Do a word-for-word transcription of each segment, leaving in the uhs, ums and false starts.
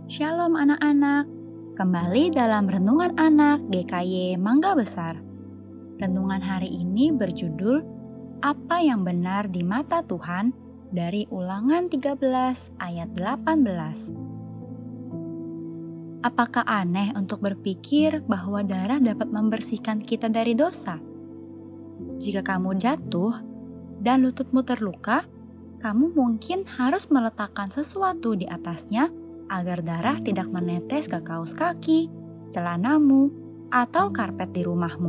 Shalom anak-anak, kembali dalam Renungan Anak G K Y Mangga Besar. Renungan hari ini berjudul Apa yang benar di mata Tuhan dari Ulangan tiga belas ayat delapan belas. Apakah aneh untuk berpikir bahwa darah dapat membersihkan kita dari dosa? Jika kamu jatuh dan lututmu terluka, kamu mungkin harus meletakkan sesuatu di atasnya agar darah tidak menetes ke kaos kaki, celanamu, atau karpet di rumahmu.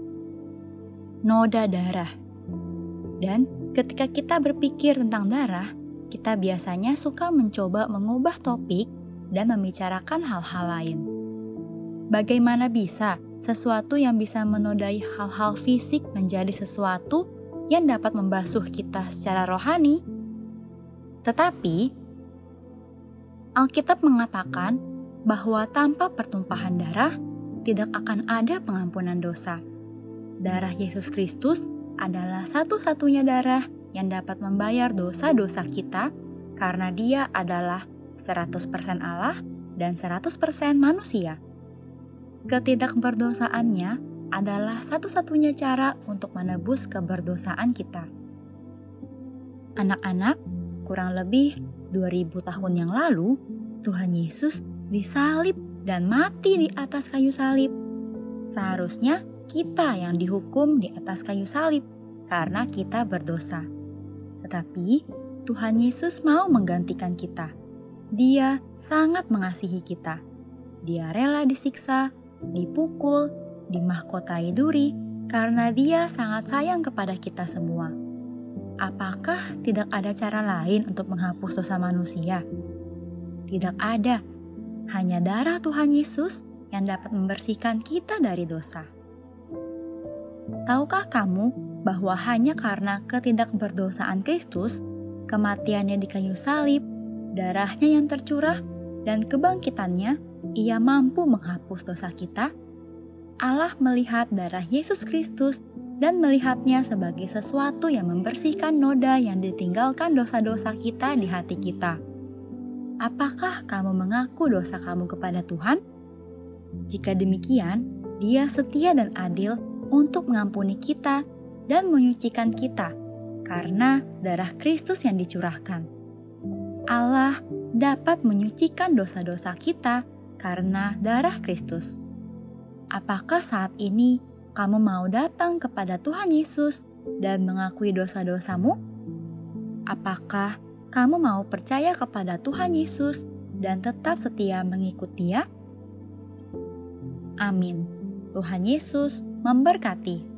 Noda darah. Dan ketika kita berpikir tentang darah, kita biasanya suka mencoba mengubah topik dan membicarakan hal-hal lain. Bagaimana bisa sesuatu yang bisa menodai hal-hal fisik menjadi sesuatu yang dapat membasuh kita secara rohani? Tetapi Alkitab mengatakan bahwa tanpa pertumpahan darah tidak akan ada pengampunan dosa. Darah Yesus Kristus adalah satu-satunya darah yang dapat membayar dosa-dosa kita karena Dia adalah seratus persen Allah dan seratus persen manusia. Ketidakberdosaannya adalah satu-satunya cara untuk menebus keberdosaan kita. Anak-anak, kurang lebih dua ribu tahun yang lalu, Tuhan Yesus disalib dan mati di atas kayu salib. Seharusnya kita yang dihukum di atas kayu salib karena kita berdosa. Tetapi Tuhan Yesus mau menggantikan kita. Dia sangat mengasihi kita. Dia rela disiksa, dipukul, dimahkotai duri karena Dia sangat sayang kepada kita semua. Apakah tidak ada cara lain untuk menghapus dosa manusia? Tidak ada. Hanya darah Tuhan Yesus yang dapat membersihkan kita dari dosa. Tahukah kamu bahwa hanya karena ketidakberdosaan Kristus, kematiannya di kayu salib, darahnya yang tercurah, dan kebangkitannya, Ia mampu menghapus dosa kita? Allah melihat darah Yesus Kristus dan melihatnya sebagai sesuatu yang membersihkan noda yang ditinggalkan dosa-dosa kita di hati kita. Apakah kamu mengaku dosa kamu kepada Tuhan? Jika demikian, Dia setia dan adil untuk mengampuni kita dan menyucikan kita karena darah Kristus yang dicurahkan. Allah dapat menyucikan dosa-dosa kita karena darah Kristus. Apakah saat ini kamu mau datang kepada Tuhan Yesus dan mengakui dosa-dosamu? Apakah kamu mau percaya kepada Tuhan Yesus dan tetap setia mengikut Dia? Amin. Tuhan Yesus memberkati.